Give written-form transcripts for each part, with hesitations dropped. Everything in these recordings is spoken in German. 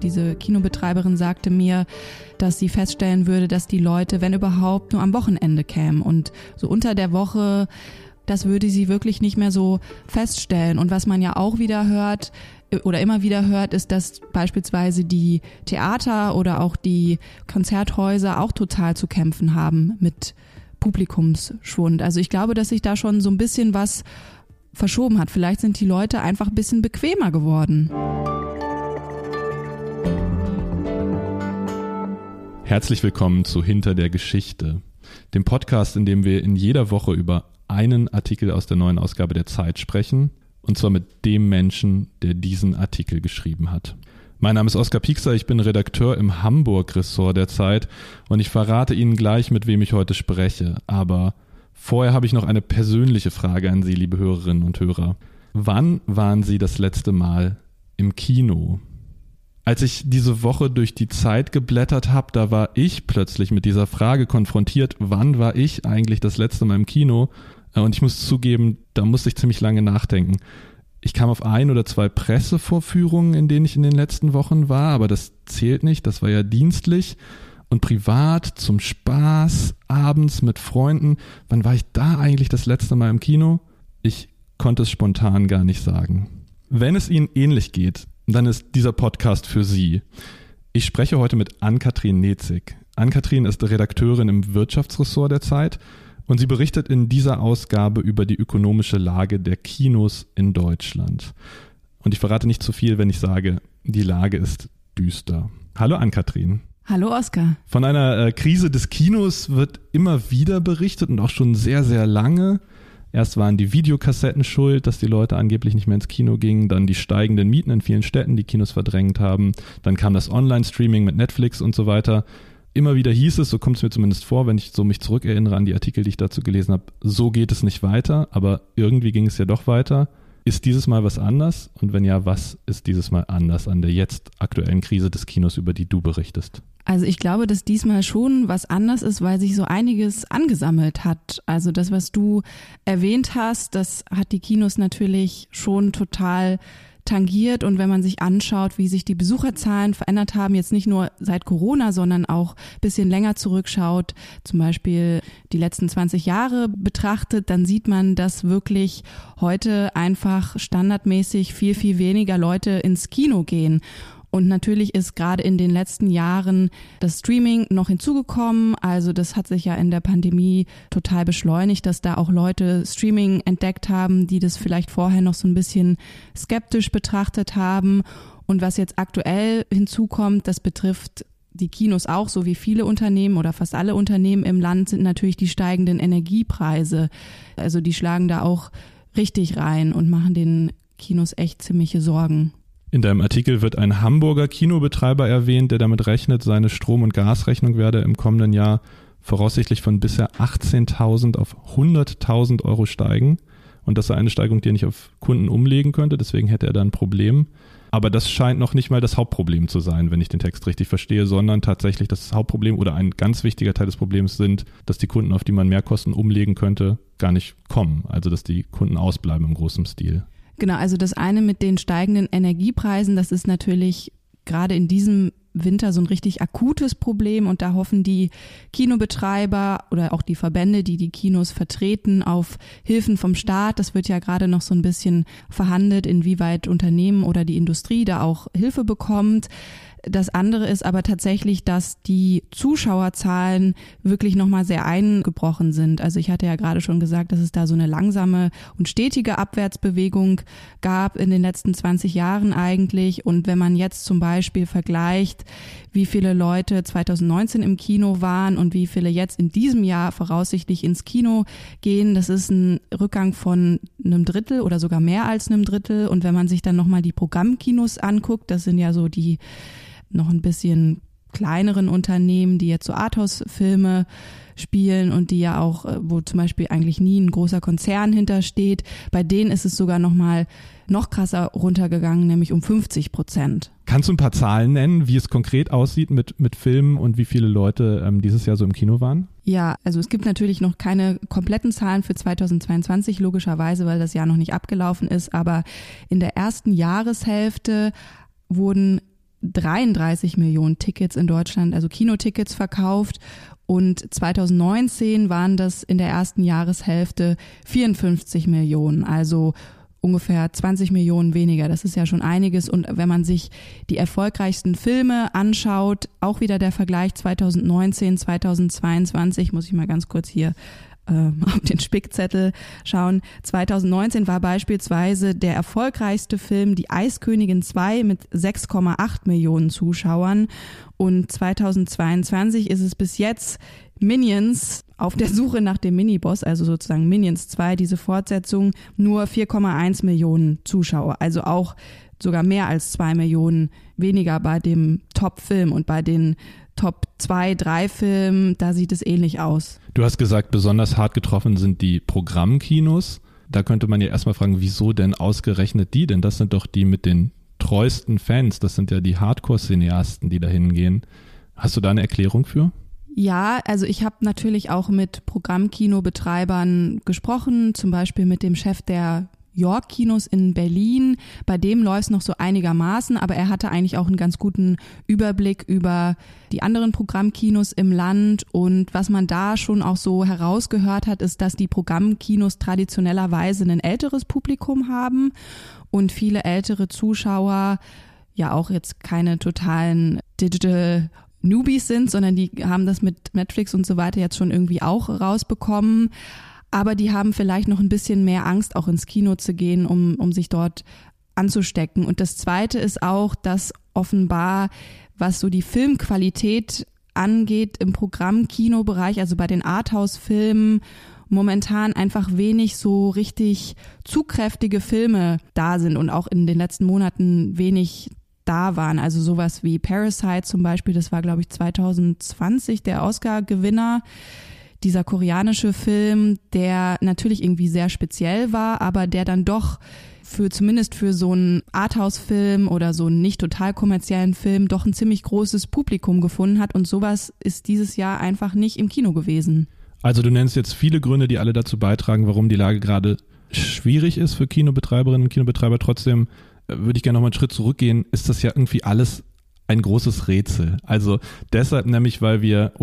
diese Kinobetreiberin sagte mir, dass sie feststellen würde, dass die Leute, wenn überhaupt, nur am Wochenende kämen. Und so unter der Woche, das würde sie wirklich nicht mehr so feststellen. Und was man ja auch wieder hört oder immer wieder hört, ist, dass beispielsweise die Theater oder auch die Konzerthäuser auch total zu kämpfen haben mit Publikumsschwund. Also ich glaube, dass sich da schon so ein bisschen was verschoben hat. Vielleicht sind die Leute einfach ein bisschen bequemer geworden. Herzlich willkommen zu Hinter der Geschichte, dem Podcast, in dem wir in jeder Woche über einen Artikel aus der neuen Ausgabe der Zeit sprechen, und zwar mit dem Menschen, der diesen Artikel geschrieben hat. Mein Name ist Oskar Piekser, ich bin Redakteur im Hamburg-Ressort der Zeit und ich verrate Ihnen gleich, mit wem ich heute spreche. Aber vorher habe ich noch eine persönliche Frage an Sie, liebe Hörerinnen und Hörer. Wann waren Sie das letzte Mal im Kino? Als ich diese Woche durch die Zeit geblättert habe, da war ich plötzlich mit dieser Frage konfrontiert, wann war ich eigentlich das letzte Mal im Kino? Und ich muss zugeben, da musste ich ziemlich lange nachdenken. Ich kam auf 1 oder 2 Pressevorführungen, in denen ich in den letzten Wochen war, aber das zählt nicht, das war ja dienstlich. Und privat, zum Spaß, abends mit Freunden, wann war ich da eigentlich das letzte Mal im Kino? Ich konnte es spontan gar nicht sagen. Wenn es Ihnen ähnlich geht, dann ist dieser Podcast für Sie. Ich spreche heute mit Ann-Kathrin Nezig. Ann-Kathrin ist Redakteurin im Wirtschaftsressort der Zeit und sie berichtet in dieser Ausgabe über die ökonomische Lage der Kinos in Deutschland. Und ich verrate nicht zu viel, wenn ich sage, die Lage ist düster. Hallo Ann-Kathrin. Hallo Oskar. Von einer Krise des Kinos wird immer wieder berichtet und auch schon sehr, sehr lange. Erst waren die Videokassetten schuld, dass die Leute angeblich nicht mehr ins Kino gingen, dann die steigenden Mieten in vielen Städten, die Kinos verdrängt haben, dann kam das Online-Streaming mit Netflix und so weiter. Immer wieder hieß es, so kommt es mir zumindest vor, wenn ich so mich zurückerinnere an die Artikel, die ich dazu gelesen habe, so geht es nicht weiter, aber irgendwie ging es ja doch weiter. Ist dieses Mal was anders? Und wenn ja, was ist dieses Mal anders an der jetzt aktuellen Krise des Kinos, über die du berichtest? Also ich glaube, dass diesmal schon was anders ist, weil sich so einiges angesammelt hat. Also das, was du erwähnt hast, das hat die Kinos natürlich schon total tangiert. Und wenn man sich anschaut, wie sich die Besucherzahlen verändert haben, jetzt nicht nur seit Corona, sondern auch ein bisschen länger zurückschaut, zum Beispiel die letzten 20 Jahre betrachtet, dann sieht man, dass wirklich heute einfach standardmäßig viel, viel weniger Leute ins Kino gehen. Und natürlich ist gerade in den letzten Jahren das Streaming noch hinzugekommen. Also das hat sich ja in der Pandemie total beschleunigt, dass da auch Leute Streaming entdeckt haben, die das vielleicht vorher noch so ein bisschen skeptisch betrachtet haben. Und was jetzt aktuell hinzukommt, das betrifft die Kinos auch, so wie viele Unternehmen oder fast alle Unternehmen im Land, sind natürlich die steigenden Energiepreise. Also die schlagen da auch richtig rein und machen den Kinos echt ziemliche Sorgen. In deinem Artikel wird ein Hamburger Kinobetreiber erwähnt, der damit rechnet, seine Strom- und Gasrechnung werde im kommenden Jahr voraussichtlich von bisher 18.000 auf 100.000 Euro steigen. Und das sei eine Steigerung, die er nicht auf Kunden umlegen könnte, deswegen hätte er da ein Problem. Aber das scheint noch nicht mal das Hauptproblem zu sein, wenn ich den Text richtig verstehe, sondern tatsächlich das Hauptproblem oder ein ganz wichtiger Teil des Problems sind, dass die Kunden, auf die man Mehrkosten umlegen könnte, gar nicht kommen. Also dass die Kunden ausbleiben im großen Stil. Genau, also das eine mit den steigenden Energiepreisen, das ist natürlich gerade in diesem Winter so ein richtig akutes Problem und da hoffen die Kinobetreiber oder auch die Verbände, die die Kinos vertreten, auf Hilfen vom Staat. Das wird ja gerade noch so ein bisschen verhandelt, inwieweit Unternehmen oder die Industrie da auch Hilfe bekommt. Das andere ist aber tatsächlich, dass die Zuschauerzahlen wirklich nochmal sehr eingebrochen sind. Also ich hatte ja gerade schon gesagt, dass es da so eine langsame und stetige Abwärtsbewegung gab in den letzten 20 Jahren eigentlich. Und wenn man jetzt zum Beispiel vergleicht, wie viele Leute 2019 im Kino waren und wie viele jetzt in diesem Jahr voraussichtlich ins Kino gehen, das ist ein Rückgang von 1/3 oder sogar mehr als 1/3. Und wenn man sich dann nochmal die Programmkinos anguckt, das sind ja so die noch ein bisschen kleineren Unternehmen, die jetzt so Arthouse-Filme spielen und die ja auch, wo zum Beispiel eigentlich nie ein großer Konzern hintersteht, bei denen ist es sogar noch krasser runtergegangen, nämlich um 50%. Kannst du ein paar Zahlen nennen, wie es konkret aussieht mit Filmen und wie viele Leute dieses Jahr so im Kino waren? Ja, also es gibt natürlich noch keine kompletten Zahlen für 2022, logischerweise, weil das Jahr noch nicht abgelaufen ist, aber in der ersten Jahreshälfte wurden 33 Millionen Tickets in Deutschland, also Kinotickets verkauft. Und 2019 waren das in der ersten Jahreshälfte 54 Millionen, also ungefähr 20 Millionen weniger. Das ist ja schon einiges. Und wenn man sich die erfolgreichsten Filme anschaut, auch wieder der Vergleich 2019, 2022, muss ich mal ganz kurz hier auf den Spickzettel schauen. 2019 war beispielsweise der erfolgreichste Film Die Eiskönigin 2 mit 6,8 Millionen Zuschauern. Und 2022 ist es bis jetzt Minions auf der Suche nach dem Miniboss, also sozusagen Minions 2, diese Fortsetzung, nur 4,1 Millionen Zuschauer. Also auch sogar mehr als 2 Millionen weniger bei dem Top-Film, und bei den Top 2, 3 Filmen, da sieht es ähnlich aus. Du hast gesagt, besonders hart getroffen sind die Programmkinos. Da könnte man ja erstmal fragen, wieso denn ausgerechnet die? Denn das sind doch die mit den treuesten Fans. Das sind ja die Hardcore-Cineasten, die da hingehen. Hast du da eine Erklärung für? Ja, also ich habe natürlich auch mit Programmkinobetreibern gesprochen, zum Beispiel mit dem Chef der York-Kinos in Berlin. Bei dem läuft es noch so einigermaßen, aber er hatte eigentlich auch einen ganz guten Überblick über die anderen Programmkinos im Land. Und was man da schon auch so herausgehört hat, ist, dass die Programmkinos traditionellerweise ein älteres Publikum haben und viele ältere Zuschauer ja auch jetzt keine totalen Digital Newbies sind, sondern die haben das mit Netflix und so weiter jetzt schon irgendwie auch rausbekommen. Aber die haben vielleicht noch ein bisschen mehr Angst, auch ins Kino zu gehen, um sich dort anzustecken. Und das Zweite ist auch, dass offenbar, was so die Filmqualität angeht im Programmkinobereich, also bei den Arthouse-Filmen, momentan einfach wenig so richtig zugkräftige Filme da sind und auch in den letzten Monaten wenig da waren. Also sowas wie Parasite zum Beispiel, das war, glaube ich, 2020 der Oscar-Gewinner. Dieser koreanische Film, der natürlich irgendwie sehr speziell war, aber der dann doch zumindest für so einen Arthouse-Film oder so einen nicht total kommerziellen Film doch ein ziemlich großes Publikum gefunden hat, und sowas ist dieses Jahr einfach nicht im Kino gewesen. Also du nennst jetzt viele Gründe, die alle dazu beitragen, warum die Lage gerade schwierig ist für Kinobetreiberinnen und Kinobetreiber. Trotzdem würde ich gerne noch mal einen Schritt zurückgehen. Ist das ja irgendwie alles ein großes Rätsel. Also deshalb nämlich, weil wir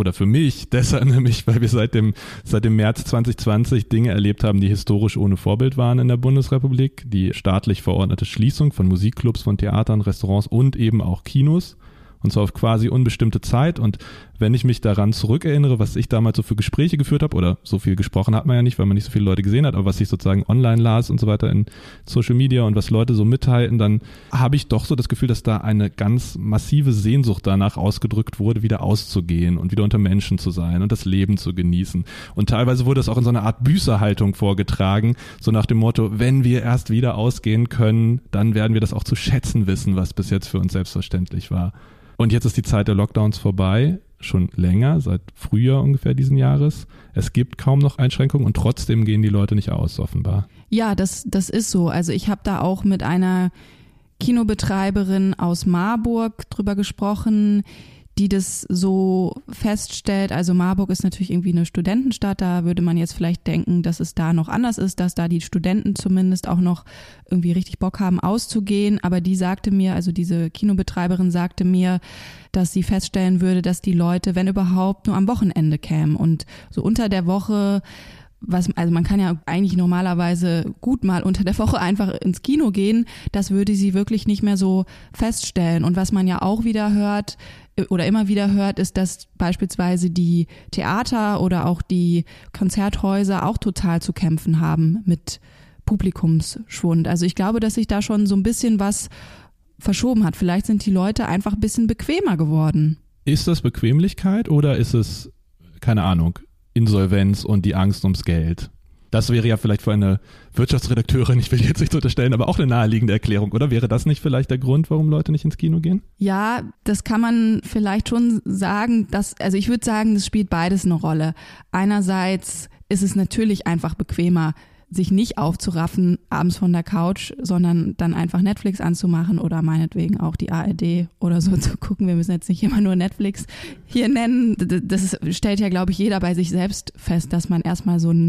seit dem März 2020 Dinge erlebt haben, die historisch ohne Vorbild waren in der Bundesrepublik. Die staatlich verordnete Schließung von Musikclubs, von Theatern, Restaurants und eben auch Kinos. Und zwar auf quasi unbestimmte Zeit. Und wenn ich mich daran zurückerinnere, was ich damals so für Gespräche geführt habe, oder so viel gesprochen hat man ja nicht, weil man nicht so viele Leute gesehen hat, aber was ich sozusagen online las und so weiter in Social Media und was Leute so mitteilten, dann habe ich doch so das Gefühl, dass da eine ganz massive Sehnsucht danach ausgedrückt wurde, wieder auszugehen und wieder unter Menschen zu sein und das Leben zu genießen. Und teilweise wurde es auch in so einer Art Büßerhaltung vorgetragen, so nach dem Motto, wenn wir erst wieder ausgehen können, dann werden wir das auch zu schätzen wissen, was bis jetzt für uns selbstverständlich war. Und jetzt ist die Zeit der Lockdowns vorbei, schon länger, seit Frühjahr ungefähr diesen Jahres. Es gibt kaum noch Einschränkungen und trotzdem gehen die Leute nicht aus, offenbar. Ja, das ist so. Also ich habe da auch mit einer Kinobetreiberin aus Marburg drüber gesprochen, die das so feststellt. Also Marburg ist natürlich irgendwie eine Studentenstadt, da würde man jetzt vielleicht denken, dass es da noch anders ist, dass da die Studenten zumindest auch noch irgendwie richtig Bock haben auszugehen. Aber die sagte mir, also diese Kinobetreiberin sagte mir, dass sie feststellen würde, dass die Leute, wenn überhaupt, nur am Wochenende kämen und so unter der Woche. Also man kann ja eigentlich normalerweise gut mal unter der Woche einfach ins Kino gehen, das würde sie wirklich nicht mehr so feststellen. Und was man ja auch wieder hört oder immer wieder hört, ist, dass beispielsweise die Theater oder auch die Konzerthäuser auch total zu kämpfen haben mit Publikumsschwund. Also ich glaube, dass sich da schon so ein bisschen was verschoben hat. Vielleicht sind die Leute einfach ein bisschen bequemer geworden. Ist das Bequemlichkeit oder ist es, keine Ahnung, Insolvenz und die Angst ums Geld? Das wäre ja vielleicht für eine Wirtschaftsredakteurin, ich will jetzt nicht unterstellen, aber auch eine naheliegende Erklärung, oder? Wäre das nicht vielleicht der Grund, warum Leute nicht ins Kino gehen? Ja, das kann man vielleicht schon sagen. Also ich würde sagen, das spielt beides eine Rolle. Einerseits ist es natürlich einfach bequemer, sich nicht aufzuraffen abends von der Couch, sondern dann einfach Netflix anzumachen oder meinetwegen auch die ARD oder so zu gucken. Wir müssen jetzt nicht immer nur Netflix hier nennen. Das stellt ja, glaube ich, jeder bei sich selbst fest, dass man erstmal so einen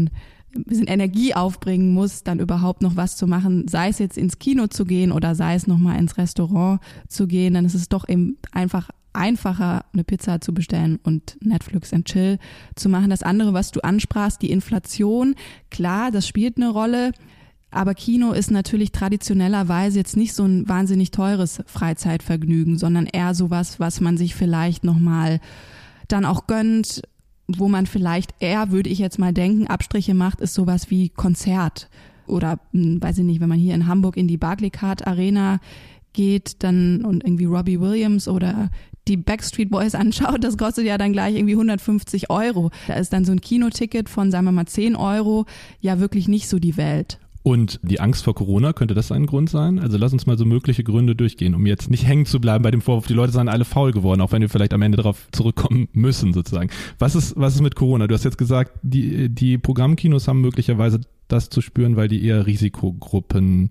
ein bisschen Energie aufbringen muss, dann überhaupt noch was zu machen, sei es jetzt ins Kino zu gehen oder sei es nochmal ins Restaurant zu gehen, dann ist es doch eben einfacher, eine Pizza zu bestellen und Netflix and Chill zu machen. Das andere, was du ansprachst, die Inflation, klar, das spielt eine Rolle, aber Kino ist natürlich traditionellerweise jetzt nicht so ein wahnsinnig teures Freizeitvergnügen, sondern eher sowas, was man sich vielleicht nochmal dann auch gönnt, wo man vielleicht eher, würde ich jetzt mal denken, Abstriche macht, ist sowas wie Konzert. Oder, weiß ich nicht, wenn man hier in Hamburg in die Barclaycard Arena geht, dann und irgendwie Robbie Williams oder die Backstreet Boys anschaut, das kostet ja dann gleich irgendwie 150 €. Da ist dann so ein Kinoticket von, sagen wir mal, 10 € ja wirklich nicht so die Welt. Und die Angst vor Corona, könnte das ein Grund sein? Also lass uns mal so mögliche Gründe durchgehen, um jetzt nicht hängen zu bleiben bei dem Vorwurf, die Leute seien alle faul geworden, auch wenn wir vielleicht am Ende darauf zurückkommen müssen sozusagen. Was ist mit Corona? Du hast jetzt gesagt, die Programmkinos haben möglicherweise das zu spüren, weil die eher Risikogruppen,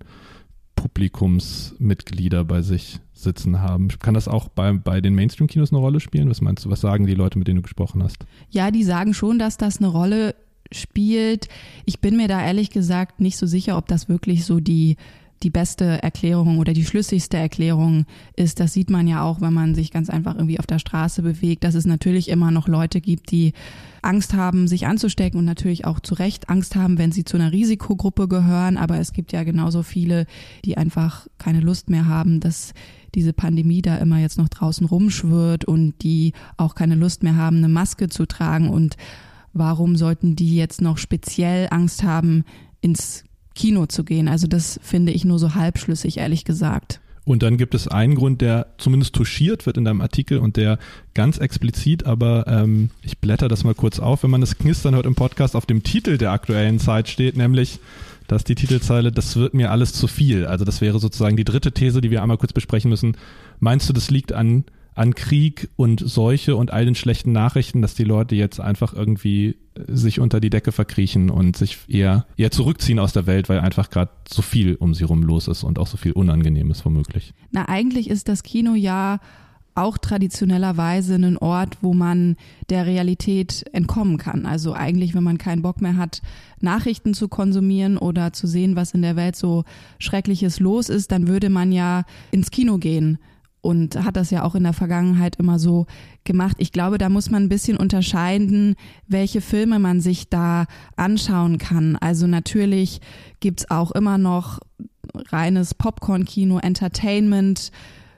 Publikumsmitglieder bei sich sitzen haben. Kann das auch bei den Mainstream-Kinos eine Rolle spielen? Was meinst du, was sagen die Leute, mit denen du gesprochen hast? Ja, die sagen schon, dass das eine Rolle spielt. Ich bin mir da ehrlich gesagt nicht so sicher, ob das wirklich so die beste Erklärung oder die schlüssigste Erklärung ist. Das sieht man ja auch, wenn man sich ganz einfach irgendwie auf der Straße bewegt, dass es natürlich immer noch Leute gibt, die Angst haben, sich anzustecken und natürlich auch zu Recht Angst haben, wenn sie zu einer Risikogruppe gehören. Aber es gibt ja genauso viele, die einfach keine Lust mehr haben, dass diese Pandemie da immer jetzt noch draußen rumschwirrt und die auch keine Lust mehr haben, eine Maske zu tragen. Und warum sollten die jetzt noch speziell Angst haben, ins Kino zu gehen? Also das finde ich nur so halbschlüssig, ehrlich gesagt. Und dann gibt es einen Grund, der zumindest touchiert wird in deinem Artikel und der ganz explizit, aber ich blätter das mal kurz auf, wenn man das Knistern hört im Podcast, auf dem Titel der aktuellen Zeit steht, nämlich, dass die Titelzeile, das wird mir alles zu viel. Also das wäre sozusagen die dritte These, die wir einmal kurz besprechen müssen. Meinst du, das liegt an Krieg und Seuche und all den schlechten Nachrichten, dass die Leute jetzt einfach irgendwie sich unter die Decke verkriechen und sich eher zurückziehen aus der Welt, weil einfach gerade so viel um sie rum los ist und auch so viel Unangenehmes womöglich? Na, eigentlich ist das Kino ja auch traditionellerweise ein Ort, wo man der Realität entkommen kann. Also eigentlich, wenn man keinen Bock mehr hat, Nachrichten zu konsumieren oder zu sehen, was in der Welt so Schreckliches los ist, dann würde man ja ins Kino gehen. Und hat das ja auch in der Vergangenheit immer so gemacht. Ich glaube, da muss man ein bisschen unterscheiden, welche Filme man sich da anschauen kann. Also natürlich gibt's auch immer noch reines Popcorn-Kino, Entertainment,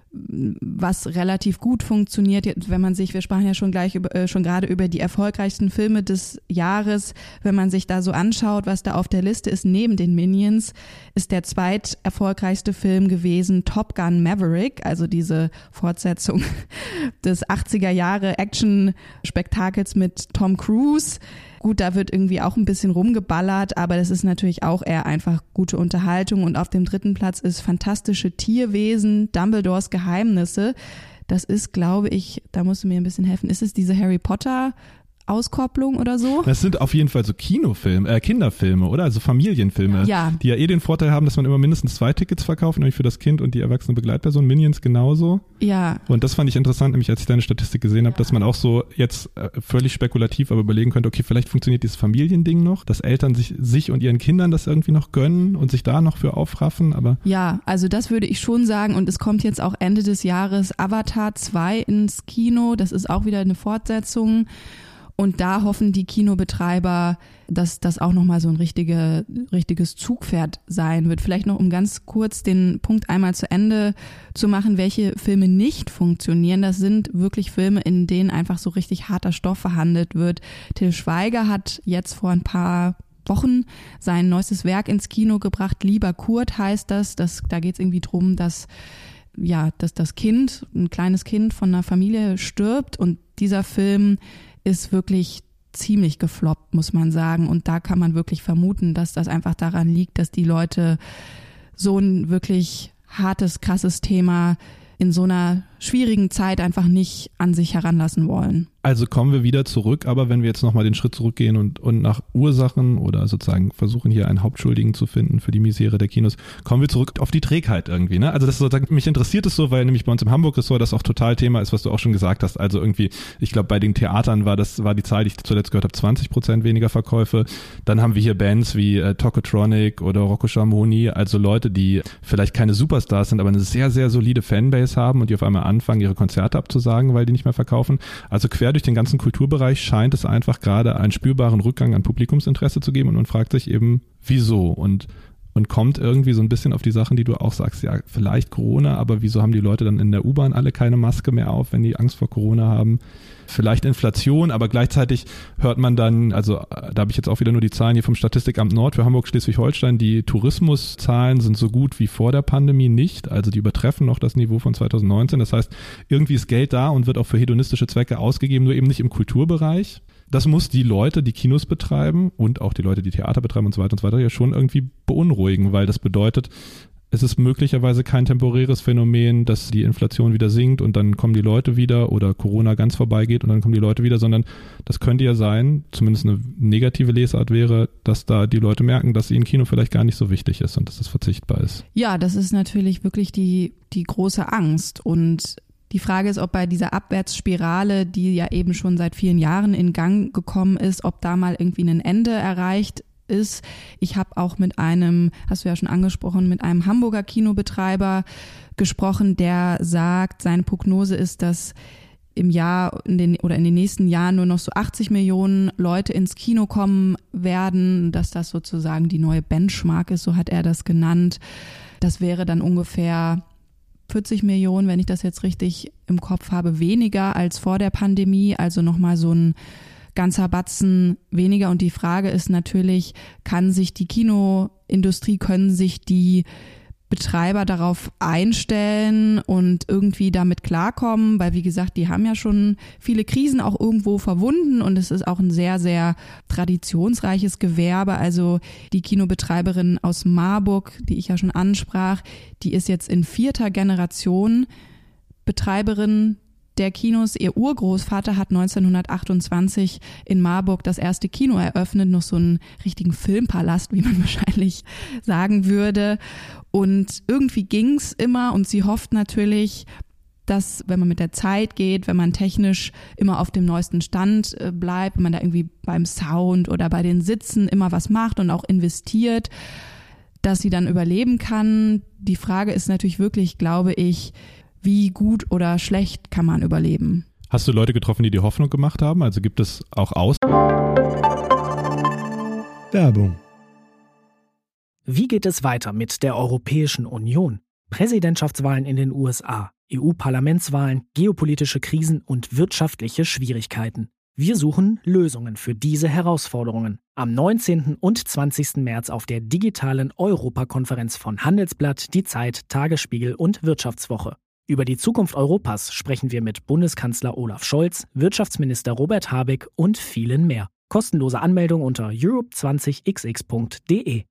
was relativ gut funktioniert, wenn man sich, wir sprachen ja schon gerade über die erfolgreichsten Filme des Jahres, wenn man sich da so anschaut, was da auf der Liste ist, neben den Minions, ist der zweiterfolgreichste Film gewesen Top Gun Maverick, also diese Fortsetzung des 80er Jahre Action-Spektakels mit Tom Cruise. Gut, da wird irgendwie auch ein bisschen rumgeballert, aber das ist natürlich auch eher einfach gute Unterhaltung. Und auf dem dritten Platz ist Fantastische Tierwesen, Dumbledores Geheimnisse. Das ist, glaube ich, da musst du mir ein bisschen helfen, ist es diese Harry Potter Auskopplung oder so? Das sind auf jeden Fall so Kinderfilme, oder? Also Familienfilme, ja. Die ja den Vorteil haben, dass man immer mindestens 2 Tickets verkauft, nämlich für das Kind und die erwachsene Begleitperson, Minions genauso. Ja. Und das fand ich interessant, nämlich als ich deine Statistik gesehen habe, dass man auch so jetzt völlig spekulativ aber überlegen könnte, okay, vielleicht funktioniert dieses Familiending noch, dass Eltern sich und ihren Kindern das irgendwie noch gönnen und sich da noch für aufraffen, aber... Ja, also das würde ich schon sagen und es kommt jetzt auch Ende des Jahres Avatar 2 ins Kino, das ist auch wieder eine Fortsetzung. Und da hoffen die Kinobetreiber, dass das auch nochmal so ein richtiges Zugpferd sein wird. Vielleicht noch, um ganz kurz den Punkt einmal zu Ende zu machen, welche Filme nicht funktionieren. Das sind wirklich Filme, in denen einfach so richtig harter Stoff verhandelt wird. Til Schweiger hat jetzt vor ein paar Wochen sein neuestes Werk ins Kino gebracht. Lieber Kurt heißt das. Da geht es irgendwie drum, dass das Kind, ein kleines Kind von einer Familie stirbt und dieser Film ist wirklich ziemlich gefloppt, muss man sagen. Und da kann man wirklich vermuten, dass das einfach daran liegt, dass die Leute so ein wirklich hartes, krasses Thema in so einer schwierigen Zeit einfach nicht an sich heranlassen wollen. Also kommen wir wieder zurück, aber wenn wir jetzt nochmal den Schritt zurückgehen und nach Ursachen oder sozusagen versuchen hier einen Hauptschuldigen zu finden für die Misere der Kinos, kommen wir zurück auf die Trägheit irgendwie, ne? Also das ist sozusagen, mich interessiert es so, weil nämlich bei uns im Hamburg-Ressort das auch total Thema ist, was du auch schon gesagt hast. Also irgendwie, ich glaube bei den Theatern war die Zahl, die ich zuletzt gehört habe, 20% weniger Verkäufe. Dann haben wir hier Bands wie Tokotronic oder Rocco Schamoni, also Leute, die vielleicht keine Superstars sind, aber eine sehr, sehr solide Fanbase haben und die auf einmal anfangen, ihre Konzerte abzusagen, weil die nicht mehr verkaufen. Also quer durch den ganzen Kulturbereich scheint es einfach gerade einen spürbaren Rückgang an Publikumsinteresse zu geben und man fragt sich eben, wieso? Und kommt irgendwie so ein bisschen auf die Sachen, die du auch sagst, ja, vielleicht Corona, aber wieso haben die Leute dann in der U-Bahn alle keine Maske mehr auf, wenn die Angst vor Corona haben? Vielleicht Inflation, aber gleichzeitig hört man dann, also da habe ich jetzt auch wieder nur die Zahlen hier vom Statistikamt Nord für Hamburg-Schleswig-Holstein, die Tourismuszahlen sind so gut wie vor der Pandemie nicht, also die übertreffen noch das Niveau von 2019, das heißt, irgendwie ist Geld da und wird auch für hedonistische Zwecke ausgegeben, nur eben nicht im Kulturbereich. Das muss die Leute, die Kinos betreiben und auch die Leute, die Theater betreiben und so weiter, ja schon irgendwie beunruhigen, weil das bedeutet, es ist möglicherweise kein temporäres Phänomen, dass die Inflation wieder sinkt und dann kommen die Leute wieder oder Corona ganz vorbeigeht und dann kommen die Leute wieder, sondern das könnte ja sein, zumindest eine negative Lesart wäre, dass da die Leute merken, dass ihnen Kino vielleicht gar nicht so wichtig ist und dass es verzichtbar ist. Ja, das ist natürlich wirklich die große Angst und die Frage ist, ob bei dieser Abwärtsspirale, die ja eben schon seit vielen Jahren in Gang gekommen ist, ob da mal irgendwie ein Ende erreicht ist. Ich habe auch mit einem, hast du ja schon angesprochen, mit einem Hamburger Kinobetreiber gesprochen, der sagt, seine Prognose ist, dass im Jahr in den nächsten Jahren nur noch so 80 Millionen Leute ins Kino kommen werden, dass das sozusagen die neue Benchmark ist, so hat er das genannt. Das wäre dann ungefähr 40 Millionen, wenn ich das jetzt richtig im Kopf habe, weniger als vor der Pandemie, also nochmal so ein ganzer Batzen weniger. Und die Frage ist natürlich, können sich die Betreiber darauf einstellen und irgendwie damit klarkommen, weil wie gesagt, die haben ja schon viele Krisen auch irgendwo verwunden und es ist auch ein sehr, sehr traditionsreiches Gewerbe. Also die Kinobetreiberin aus Marburg, die ich ja schon ansprach, die ist jetzt in 4. Generation Betreiberin der Kinos. Ihr Urgroßvater hat 1928 in Marburg das erste Kino eröffnet, noch so einen richtigen Filmpalast, wie man wahrscheinlich sagen würde. Und irgendwie ging's immer und sie hofft natürlich, dass, wenn man mit der Zeit geht, wenn man technisch immer auf dem neuesten Stand bleibt, wenn man da irgendwie beim Sound oder bei den Sitzen immer was macht und auch investiert, dass sie dann überleben kann. Die Frage ist natürlich wirklich, glaube ich, wie gut oder schlecht kann man überleben? Hast du Leute getroffen, die dir Hoffnung gemacht haben? Also gibt es auch Werbung. Wie geht es weiter mit der Europäischen Union? Präsidentschaftswahlen in den USA, EU-Parlamentswahlen, geopolitische Krisen und wirtschaftliche Schwierigkeiten. Wir suchen Lösungen für diese Herausforderungen. Am 19. und 20. März auf der digitalen Europakonferenz von Handelsblatt, Die Zeit, Tagesspiegel und Wirtschaftswoche. Über die Zukunft Europas sprechen wir mit Bundeskanzler Olaf Scholz, Wirtschaftsminister Robert Habeck und vielen mehr. Kostenlose Anmeldung unter europe20xx.de.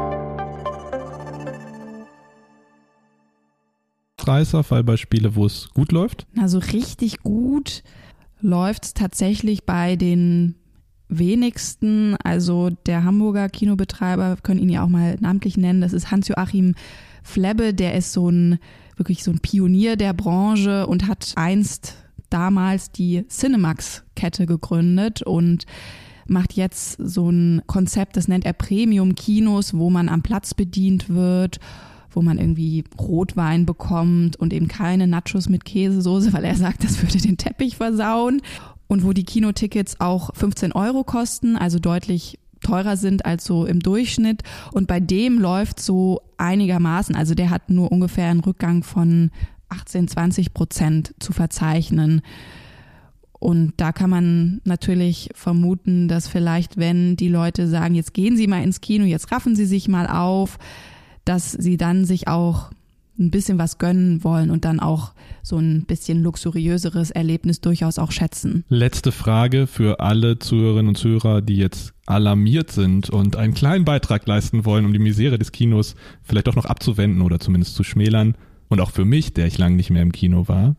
Fallbeispiele, wo es gut läuft? Also richtig gut läuft es tatsächlich bei den wenigsten. Also der Hamburger Kinobetreiber, wir können ihn ja auch mal namentlich nennen, das ist Hans-Joachim Flebbe, der ist wirklich so ein Pionier der Branche und hat einst damals die Cinemax-Kette gegründet und macht jetzt so ein Konzept, das nennt er Premium-Kinos, wo man am Platz bedient wird, wo man irgendwie Rotwein bekommt und eben keine Nachos mit Käsesoße, weil er sagt, das würde den Teppich versauen. Und wo die Kinotickets auch 15 € kosten, also deutlich teurer sind als so im Durchschnitt. Und bei dem läuft so einigermaßen, also der hat nur ungefähr einen Rückgang von 18-20% zu verzeichnen. Und da kann man natürlich vermuten, dass vielleicht, wenn die Leute sagen, jetzt gehen Sie mal ins Kino, jetzt raffen Sie sich mal auf, dass sie dann sich auch ein bisschen was gönnen wollen und dann auch so ein bisschen luxuriöseres Erlebnis durchaus auch schätzen. Letzte Frage für alle Zuhörerinnen und Zuhörer, die jetzt alarmiert sind und einen kleinen Beitrag leisten wollen, um die Misere des Kinos vielleicht auch noch abzuwenden oder zumindest zu schmälern. Und auch für mich, der ich lange nicht mehr im Kino war.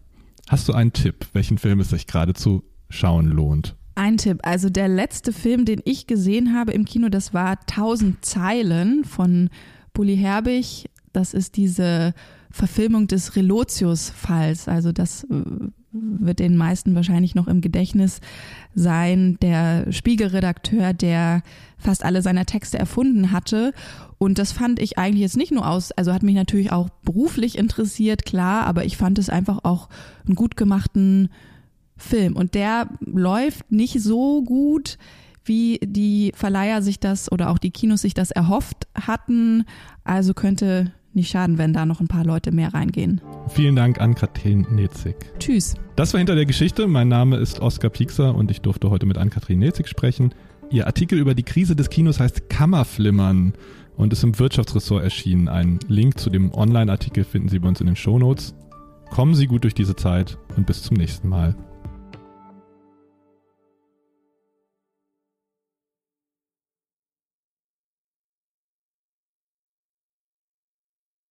Hast du einen Tipp, welchen Film es sich gerade zu schauen lohnt? Ein Tipp, also der letzte Film, den ich gesehen habe im Kino, das war 1000 Zeilen von Bully Herbig. Das ist diese Verfilmung des Relotius-Falls. Also das wird den meisten wahrscheinlich noch im Gedächtnis sein. Der Spiegelredakteur, der fast alle seiner Texte erfunden hatte. Und das fand ich eigentlich jetzt nicht nur also hat mich natürlich auch beruflich interessiert, klar, aber ich fand es einfach auch einen gut gemachten Film. Und der läuft nicht so gut, wie die Verleiher sich das oder auch die Kinos sich das erhofft hatten. Also könnte nicht schaden, wenn da noch ein paar Leute mehr reingehen. Vielen Dank an Kathrin Nezig. Tschüss. Das war Hinter der Geschichte. Mein Name ist Oskar Piekser und ich durfte heute mit Ann-Kathrin Nezig sprechen. Ihr Artikel über die Krise des Kinos heißt Kammerflimmern und ist im Wirtschaftsressort erschienen. Einen Link zu dem Online-Artikel finden Sie bei uns in den Shownotes. Kommen Sie gut durch diese Zeit und bis zum nächsten Mal.